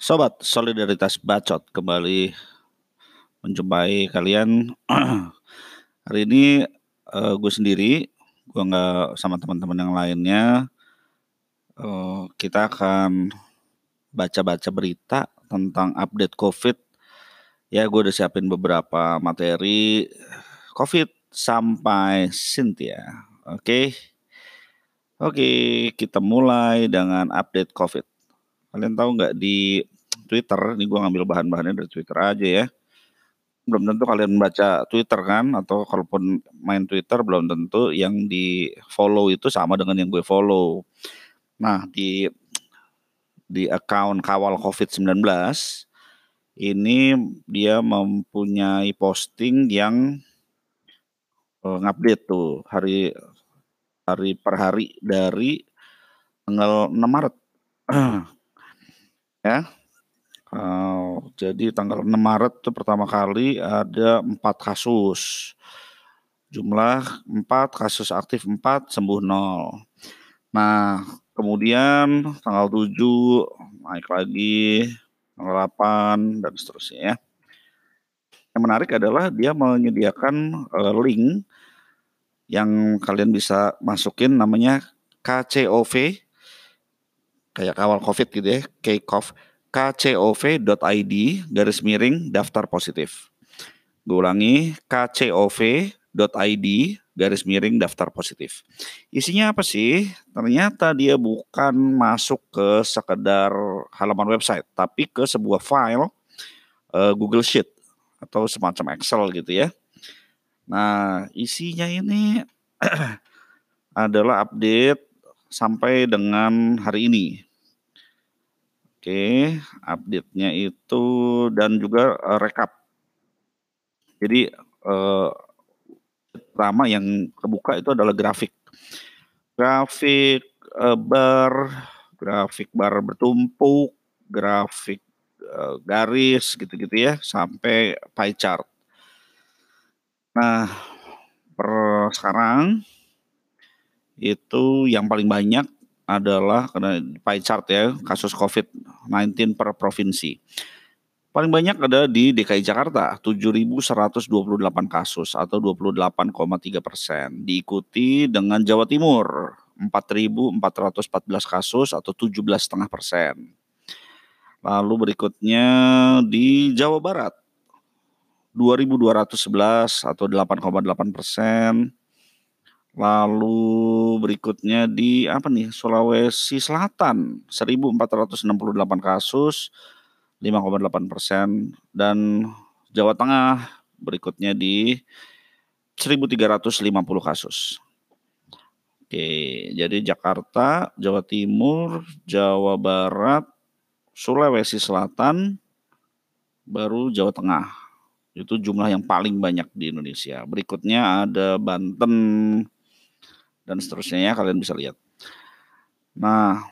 Sobat Solidaritas Bacot kembali menjumpai kalian. Hari ini gue sendiri, gue nggak sama teman-teman yang lainnya. Kita akan baca-baca berita tentang update COVID. Ya, gue udah siapin beberapa materi COVID sampai Cynthia. Oke, kita mulai dengan update COVID. Kalian tahu nggak di Twitter, ini gue ngambil bahan-bahannya dari Twitter aja ya. Belum tentu kalian baca Twitter kan, atau kalaupun main Twitter belum tentu yang di follow itu sama dengan yang gue follow. Nah, di account Kawal COVID-19 ini dia mempunyai posting yang ngupdate tuh hari per hari dari tanggal 6 Maret. Ya. Jadi tanggal 6 Maret itu pertama kali ada 4 kasus. Jumlah 4, kasus aktif 4, sembuh 0. Nah, kemudian tanggal 7 naik lagi, tanggal 8, dan seterusnya ya. Yang menarik adalah dia menyediakan link yang kalian bisa masukin, namanya KCOV, kayak kawal COVID gitu ya, kcov.id/daftar positif. Gue ulangi, kcov.id/daftar positif. Isinya apa sih? Ternyata dia bukan masuk ke sekedar halaman website, tapi ke sebuah file Google Sheet atau semacam Excel gitu ya. Nah, isinya ini adalah update sampai dengan hari ini. Oke, update-nya itu dan juga rekap. Jadi pertama yang kebuka itu adalah grafik bar bertumpuk, grafik garis gitu-gitu ya, sampai pie chart. Nah, per sekarang itu yang paling banyak adalah, karena pie chart ya, kasus COVID-19 per provinsi. Paling banyak ada di DKI Jakarta, 7.128 kasus atau 28,3%. Diikuti dengan Jawa Timur, 4.414 kasus atau 17,5%. Lalu berikutnya di Jawa Barat, 2.211 atau 8,8%. Lalu berikutnya di Sulawesi Selatan, 1.468 kasus, 5,8%, dan Jawa Tengah berikutnya di 1.350 kasus. Oke, jadi Jakarta, Jawa Timur, Jawa Barat, Sulawesi Selatan, baru Jawa Tengah. Itu jumlah yang paling banyak di Indonesia. Berikutnya ada Banten dan seterusnya ya, kalian bisa lihat. Nah,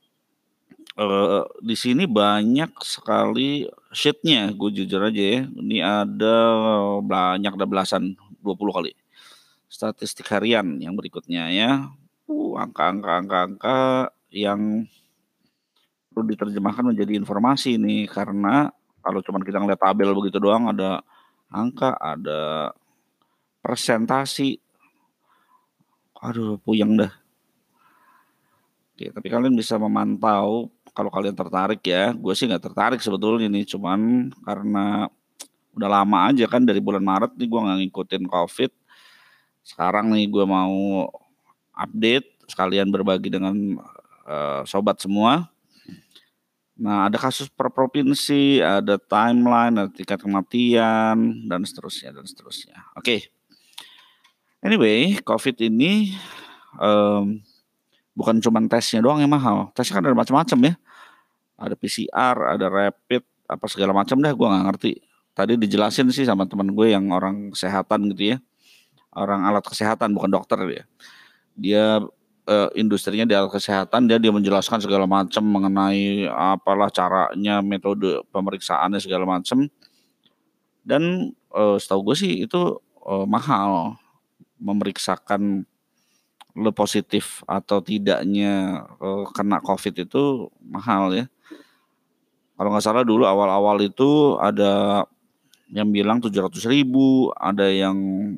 di sini banyak sekali sheetnya, gue jujur aja ya. Ini ada belasan, 20 kali. Statistik harian yang berikutnya ya. Angka yang perlu diterjemahkan menjadi informasi nih, karena kalau cuma kita ngeliat tabel begitu doang, ada angka, ada presentasi, aduh puyeng dah. Oke, tapi kalian bisa memantau kalau kalian tertarik ya. Gue sih nggak tertarik sebetulnya nih, cuman karena udah lama aja kan, dari bulan Maret nih gue nggak ngikutin COVID. Sekarang nih gue mau update, sekalian berbagi dengan sobat semua. Nah, ada kasus per provinsi, ada timeline, ada tingkat kematian, dan seterusnya, dan seterusnya. Oke. Anyway, COVID ini bukan cuma tesnya doang yang mahal. Tesnya kan ada macam-macam ya. Ada PCR, ada rapid, apa segala macam dah, gue nggak ngerti. Tadi dijelasin sih sama teman gue yang orang kesehatan gitu ya. Orang alat kesehatan, bukan dokter ya. Dia industrinya di alat kesehatan, dia menjelaskan segala macam mengenai apalah caranya, metode pemeriksaannya segala macam. Dan setahu gue sih itu mahal, memeriksakan lo positif atau tidaknya kena COVID itu mahal ya. Kalau nggak salah dulu awal-awal itu ada yang bilang 700.000, ada yang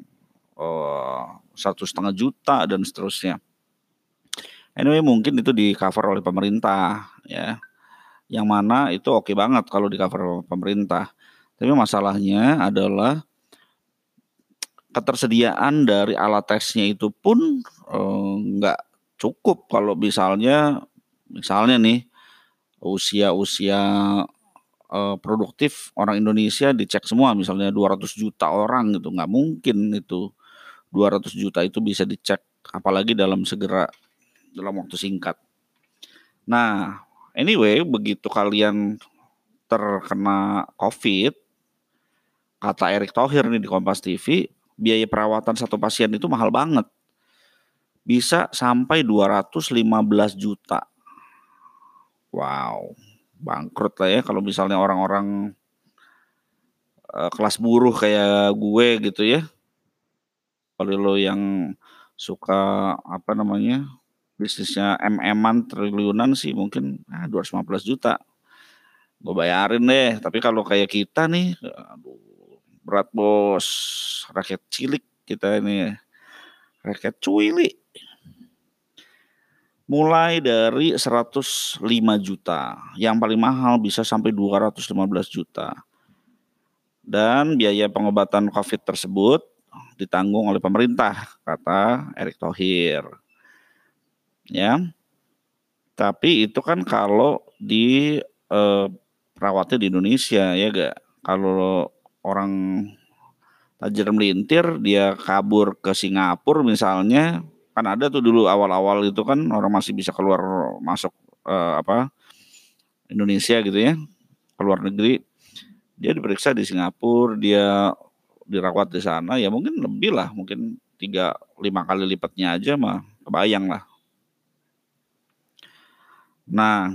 1,5 juta dan seterusnya. Anyway, mungkin itu di cover oleh pemerintah ya. Yang mana itu oke banget kalau di cover pemerintah. Tapi masalahnya adalah ketersediaan dari alat tesnya itu pun nggak cukup kalau misalnya nih usia produktif orang Indonesia dicek semua, misalnya 200 juta orang gitu, nggak mungkin itu 200 juta itu bisa dicek, apalagi dalam waktu singkat. Nah, anyway, begitu kalian terkena COVID, kata Erick Thohir nih di Kompas TV, biaya perawatan satu pasien itu mahal banget. Bisa sampai 215 juta. Wow, bangkrut lah ya kalau misalnya orang-orang kelas buruh kayak gue gitu ya. Kalau lo yang suka apa namanya bisnisnya MM-an triliunan sih mungkin 215 juta gue bayarin deh. Tapi kalau kayak kita nih, aduh, berat bos, rakyat cilik kita ini, rakyat cuili. Mulai dari 105 juta, yang paling mahal bisa sampai 215 juta. Dan biaya pengobatan COVID tersebut ditanggung oleh pemerintah, kata Erick Thohir. Ya, tapi itu kan kalau di perawatnya di Indonesia ya gak. Kalau orang tajir melintir dia kabur ke Singapura misalnya, kan ada tuh dulu awal-awal itu kan orang masih bisa keluar masuk Indonesia gitu ya, keluar negeri, dia diperiksa di Singapura, dia dirawat di sana ya mungkin lebih lah, mungkin 3-5 kali lipatnya aja mah kebayang lah. Nah,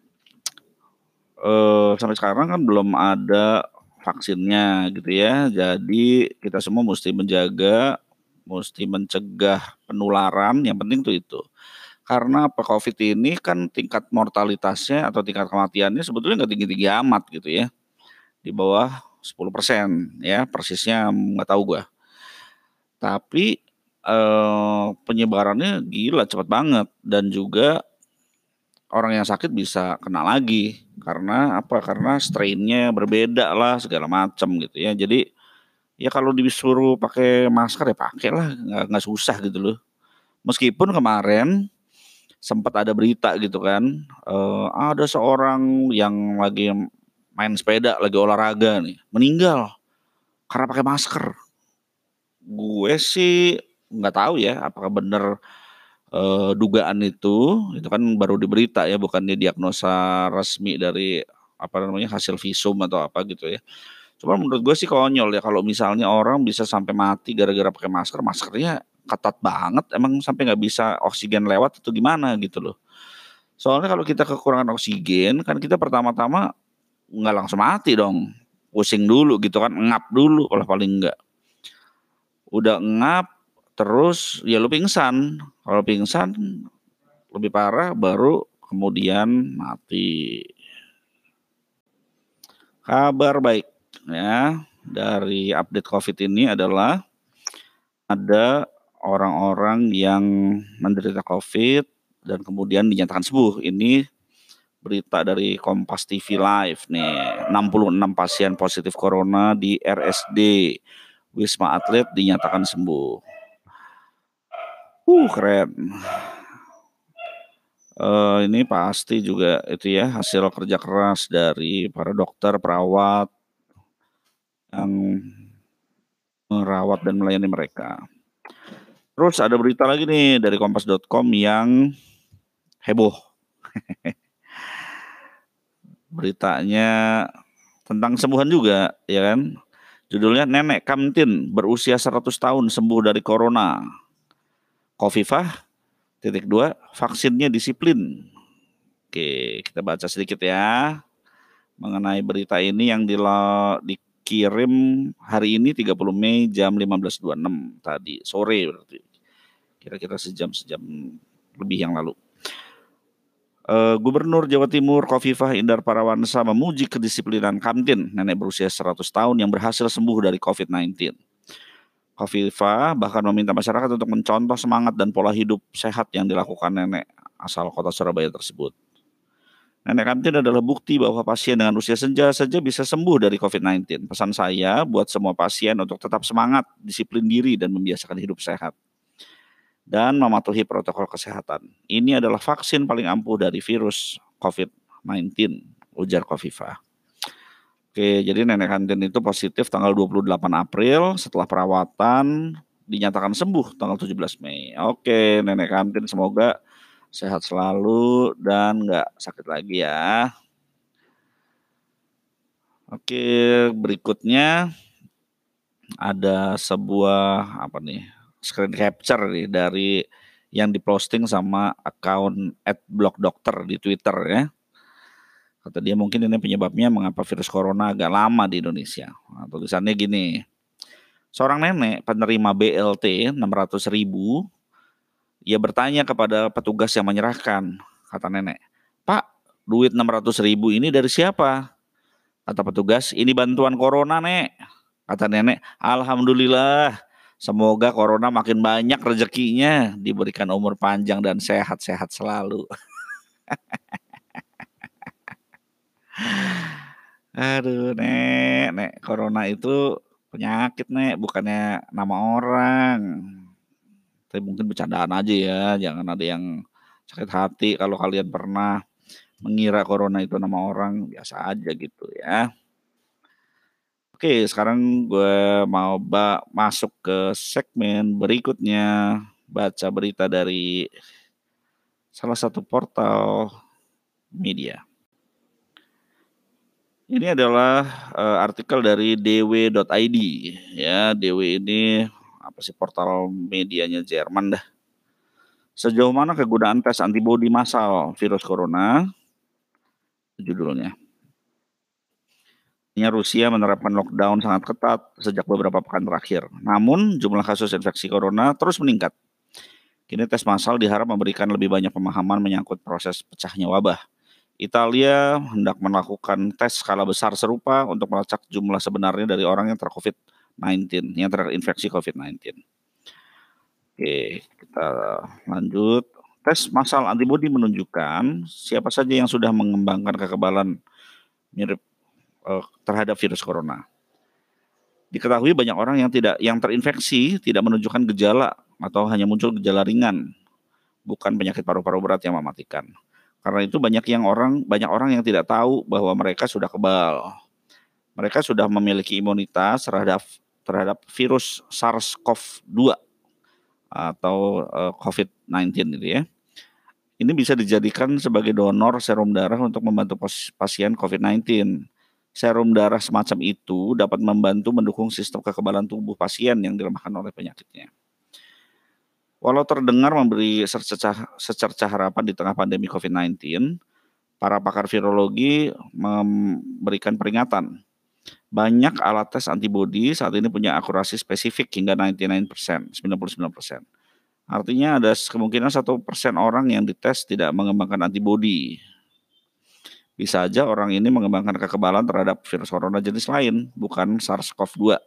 sampai sekarang kan belum ada vaksinnya gitu ya. Jadi kita semua mesti mencegah penularan. Yang penting tuh itu. Karena COVID ini kan tingkat mortalitasnya atau tingkat kematiannya sebetulnya nggak tinggi-tinggi amat gitu ya. Di bawah 10% ya, persisnya nggak tahu gua. Tapi penyebarannya gila cepat banget, dan juga orang yang sakit bisa kena lagi karena apa? Karena strainnya berbeda lah segala macam gitu ya. Jadi ya kalau disuruh pakai masker ya pakai lah, nggak susah gitu loh. Meskipun kemarin sempat ada berita gitu kan, ada seorang yang lagi main sepeda, lagi olahraga nih, meninggal karena pakai masker. Gue sih nggak tahu ya apakah bener dugaan itu kan baru di berita ya, bukan di diagnosa resmi dari apa namanya hasil visum atau apa gitu ya. Cuma menurut gue sih konyol ya kalau misalnya orang bisa sampai mati gara-gara pakai masker, maskernya ketat banget, emang sampai nggak bisa oksigen lewat atau gimana gitu loh. Soalnya kalau kita kekurangan oksigen kan kita pertama-tama nggak langsung mati dong, pusing dulu gitu kan, ngap dulu kalau paling enggak. Udah ngap terus ya lu pingsan. Kalau pingsan lebih parah baru kemudian mati. Kabar baik ya dari update COVID ini adalah ada orang-orang yang menderita COVID dan kemudian dinyatakan sembuh. Ini berita dari Kompas TV Live nih. 66 pasien positif corona di RSD Wisma Atlet dinyatakan sembuh. Keren. Ini pasti juga itu ya hasil kerja keras dari para dokter, perawat yang merawat dan melayani mereka. Terus ada berita lagi nih dari kompas.com yang heboh. Beritanya tentang sembuhan juga ya kan. Judulnya Nenek Kamtin berusia 100 tahun sembuh dari corona. Khofifah vaksinnya disiplin. Oke, kita baca sedikit ya mengenai berita ini yang dikirim hari ini 30 Mei jam 15.26 tadi sore, berarti kira-kira sejam lebih yang lalu. Gubernur Jawa Timur Khofifah Indar Parawansa memuji kedisiplinan Kamtin, nenek berusia 100 tahun yang berhasil sembuh dari COVID-19. Khofifah bahkan meminta masyarakat untuk mencontoh semangat dan pola hidup sehat yang dilakukan nenek asal kota Surabaya tersebut. Nenek Kamtin adalah bukti bahwa pasien dengan usia senja saja bisa sembuh dari COVID-19. Pesan saya buat semua pasien untuk tetap semangat, disiplin diri, dan membiasakan hidup sehat dan mematuhi protokol kesehatan. Ini adalah vaksin paling ampuh dari virus COVID-19, ujar Khofifah. Oke, jadi nenek Kamtin itu positif tanggal 28 April, setelah perawatan dinyatakan sembuh tanggal 17 Mei. Oke, nenek Kamtin semoga sehat selalu dan nggak sakit lagi ya. Oke, berikutnya ada sebuah screen capture nih dari yang diposting sama akun @blogdokter di Twitter ya. Kata dia mungkin ini penyebabnya mengapa virus corona agak lama di Indonesia. Nah, tulisannya gini, seorang nenek penerima BLT 600.000, ia bertanya kepada petugas yang menyerahkan. Kata nenek, "Pak, duit 600.000 ini dari siapa?" Kata petugas, "Ini bantuan corona, Nek." Kata nenek, "Alhamdulillah, semoga corona makin banyak rezekinya, diberikan umur panjang dan sehat-sehat selalu." Aduh, nek, corona itu penyakit, Nek, bukannya nama orang. Tapi mungkin bercandaan aja ya, jangan ada yang sakit hati kalau kalian pernah mengira corona itu nama orang, biasa aja gitu ya. Oke, sekarang gue mau masuk ke segmen berikutnya, baca berita dari salah satu portal media. Ini adalah artikel dari dw.id ya. DW ini apa sih, portal medianya Jerman dah. Sejauh mana kegunaan tes antibodi massal virus corona? Judulnya. Rusia menerapkan lockdown sangat ketat sejak beberapa pekan terakhir. Namun jumlah kasus infeksi corona terus meningkat. Kini tes massal diharap memberikan lebih banyak pemahaman menyangkut proses pecahnya wabah. Italia hendak melakukan tes skala besar serupa untuk melacak jumlah sebenarnya dari orang yang ter-COVID-19, yang terinfeksi COVID-19. Oke, kita lanjut. Tes massal antibodi menunjukkan siapa saja yang sudah mengembangkan kekebalan mirip terhadap virus corona. Diketahui banyak orang yang terinfeksi tidak menunjukkan gejala atau hanya muncul gejala ringan, bukan penyakit paru-paru berat yang mematikan. Karena itu banyak orang yang tidak tahu bahwa mereka sudah kebal. Mereka sudah memiliki imunitas terhadap virus SARS-CoV-2 atau COVID-19 gitu ya. Ini bisa dijadikan sebagai donor serum darah untuk membantu pasien COVID-19. Serum darah semacam itu dapat membantu mendukung sistem kekebalan tubuh pasien yang dilemahkan oleh penyakitnya. Walau terdengar memberi secercah harapan di tengah pandemi COVID-19, para pakar virologi memberikan peringatan. Banyak alat tes antibodi saat ini punya akurasi spesifik hingga 99%. Artinya ada kemungkinan 1% orang yang dites tidak mengembangkan antibodi. Bisa aja orang ini mengembangkan kekebalan terhadap virus corona jenis lain, bukan SARS-CoV-2.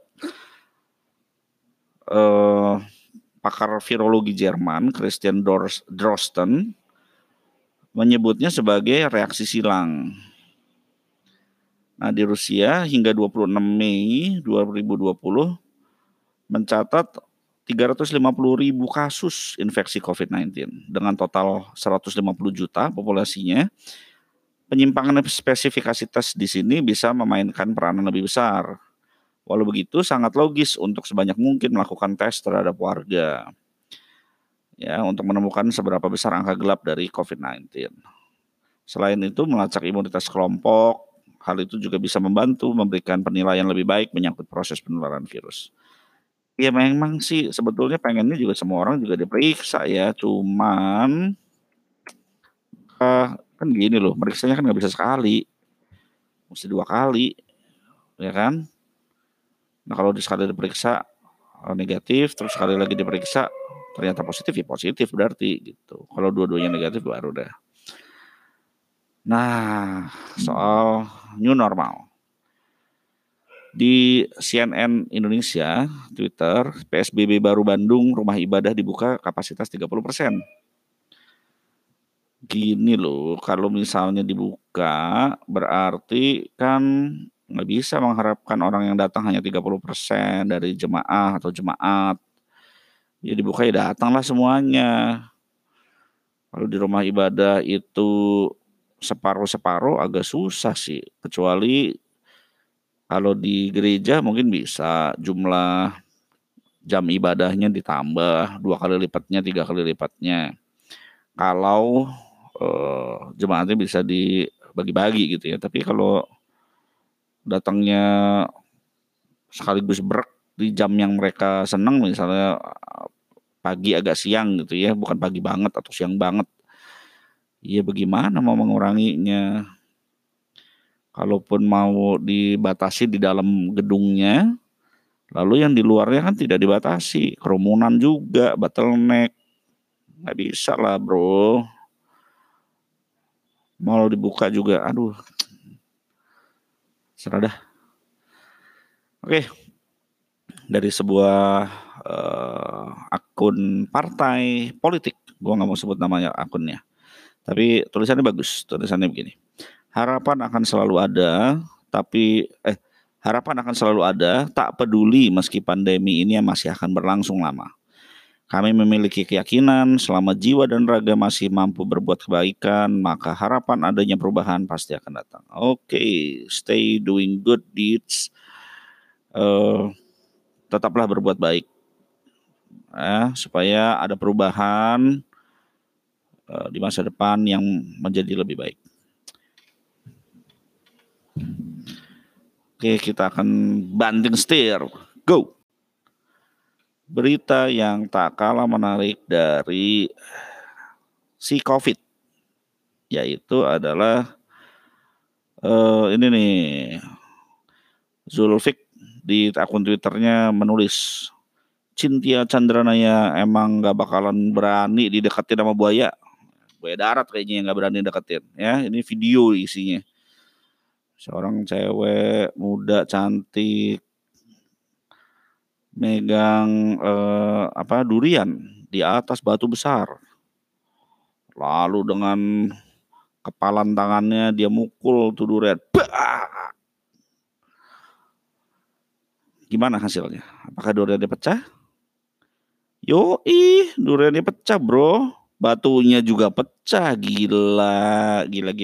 Pakar virologi Jerman, Christian Drosten, menyebutnya sebagai reaksi silang. Nah, di Rusia hingga 26 Mei 2020 mencatat 350.000 kasus infeksi COVID-19 dengan total 150 juta populasinya. Penyimpangan spesifikasi tes di sini bisa memainkan peranan lebih besar. Walau begitu, sangat logis untuk sebanyak mungkin melakukan tes terhadap warga, ya, untuk menemukan seberapa besar angka gelap dari COVID-19. Selain itu, melacak imunitas kelompok, hal itu juga bisa membantu memberikan penilaian lebih baik menyangkut proses penularan virus. Ya memang sih sebetulnya pengennya juga semua orang juga diperiksa ya, cuman kan gini loh, meriksanya kan nggak bisa sekali, mesti 2 kali, ya kan? Nah kalau sekali diperiksa negatif, terus sekali lagi diperiksa ternyata positif, ya positif berarti gitu. Kalau dua-duanya negatif baru dah. Nah, soal new normal. Di CNN Indonesia, Twitter, PSBB baru Bandung, rumah ibadah dibuka kapasitas 30%. Gini loh, kalau misalnya dibuka, berarti kan nggak bisa mengharapkan orang yang datang hanya 30% dari jemaah atau jemaat. Ya dibuka ya datanglah semuanya. Kalau di rumah ibadah itu separuh-separuh agak susah sih. Kecuali kalau di gereja mungkin bisa jumlah jam ibadahnya ditambah 2 kali lipatnya, 3 kali lipatnya. Kalau jemaatnya bisa dibagi-bagi gitu ya. Tapi kalau datangnya sekaligus brek di jam yang mereka senang, misalnya pagi agak siang gitu ya, bukan pagi banget atau siang banget. Iya bagaimana mau menguranginya? Kalaupun mau dibatasi di dalam gedungnya, lalu yang di luarnya kan tidak dibatasi, kerumunan juga, bottleneck, nggak bisa lah bro. Mau dibuka juga, aduh, serah dah. Oke, dari sebuah akun partai politik, gua nggak mau sebut namanya akunnya, tapi tulisannya bagus, tulisannya begini. Harapan akan selalu ada, tapi harapan akan selalu ada, tak peduli meski pandemi ini masih akan berlangsung lama. Kami memiliki keyakinan selama jiwa dan raga masih mampu berbuat kebaikan, maka harapan adanya perubahan pasti akan datang. Oke, stay doing good deeds. Tetaplah berbuat baik, supaya ada perubahan di masa depan yang menjadi lebih baik. Oke, kita akan banting setir. Go! Berita yang tak kalah menarik dari si COVID, yaitu adalah ini nih, Zulfik di akun Twitternya menulis, Cynthia Chandranaya emang gak bakalan berani dideketin sama buaya. Buaya darat kayaknya yang gak berani deketin. Ya, ini video isinya. Seorang cewek muda cantik megang durian di atas batu besar. Lalu dengan kepalan tangannya dia mukul tuh durian. Bah! Gimana hasilnya? Apakah duriannya pecah? Yoi, duriannya pecah bro. Batunya juga pecah. Gila.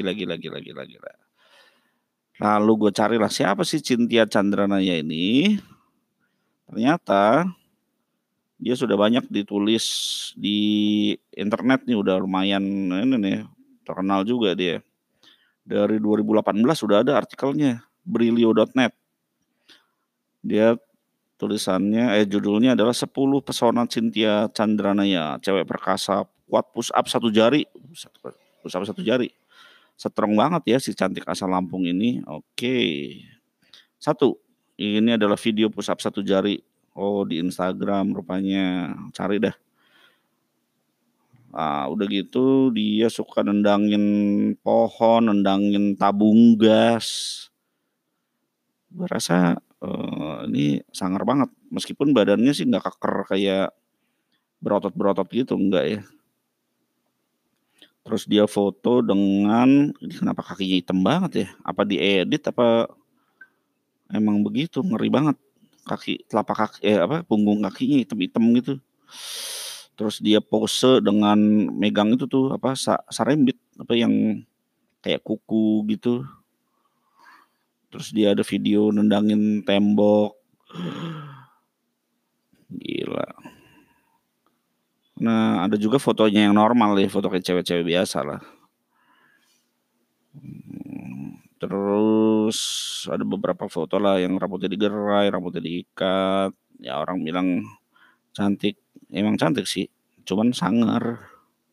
Lalu gue carilah siapa sih Cynthia Chandranaya ini. Ternyata dia sudah banyak ditulis di internet nih, udah lumayan ini nih, terkenal juga dia. Dari 2018 sudah ada artikelnya, Brilio.net. Dia judulnya adalah 10 pesona Cynthia Chandranaya, cewek perkasa, kuat push up 1 jari. Push up 1 jari. Strong banget ya si cantik asal Lampung ini. Oke. 1, ini adalah video push up 1 jari. Oh, di Instagram rupanya. Cari dah. Nah, udah gitu dia suka nendangin pohon, nendangin tabung gas. Gue rasa ini sangar banget. Meskipun badannya sih nggak keker kayak berotot-berotot gitu, enggak ya. Terus dia foto dengan, ini kenapa kakinya hitam banget ya? Apa diedit apa emang begitu, ngeri banget. Telapak kaki, punggung kakinya hitam-hitam gitu. Terus dia pose dengan megang itu tuh sarembit, yang kayak kuku gitu. Terus dia ada video nendangin tembok. Gila. Nah, ada juga fotonya yang normal ya, foto kayak cewek-cewek biasa lah. Terus ada beberapa foto lah yang rambutnya digerai, rambutnya diikat. Ya orang bilang cantik, emang cantik sih, cuman sangar.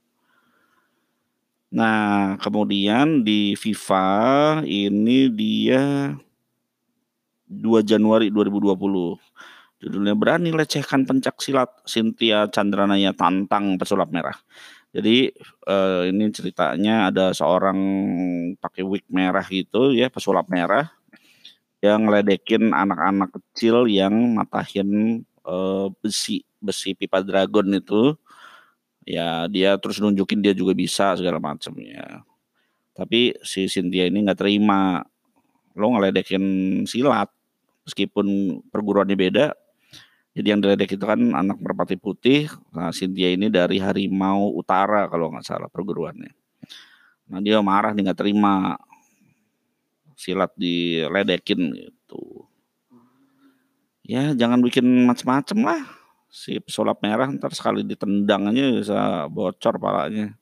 Nah, kemudian di FIFA ini dia 2 Januari 2020. Judulnya, berani lecehkan pencak silat, Cynthia Chandranaya tantang pesulap merah. Jadi ini ceritanya ada seorang pakai wig merah gitu ya, pesulap merah yang ngeledekin anak-anak kecil yang matahin besi pipa dragon itu. Ya dia terus nunjukin dia juga bisa segala macam ya. Tapi si Cynthia ini nggak terima. Lo ngeledekin silat meskipun perguruannya beda. Jadi yang diledek itu kan anak merpati putih. Nah, Cynthia ini dari Harimau Utara kalau nggak salah perguruannya. Nah dia marah nih nggak terima silat diledekin gitu. Ya jangan bikin macem-macem lah. Si pesulap merah ntar sekali ditendang aja bisa bocor palanya.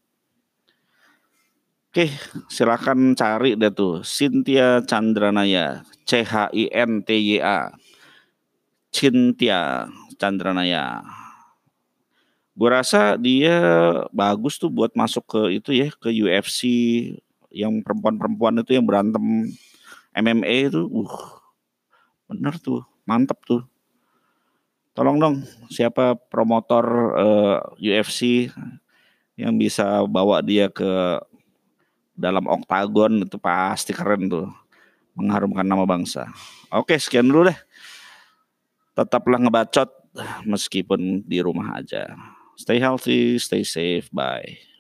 Oke, silakan cari deh tuh Cynthia Chandranaya, Chinthya, Cynthia Chandranaya. Gue rasa dia bagus tuh buat masuk ke itu ya, ke UFC yang perempuan-perempuan itu yang berantem MMA itu. Bener tuh, mantep tuh. Tolong dong, siapa promotor UFC yang bisa bawa dia ke dalam oktagon itu pasti keren tuh, mengharumkan nama bangsa. Oke, sekian dulu deh. Tetaplah ngebacot meskipun di rumah aja. Stay healthy, stay safe, bye.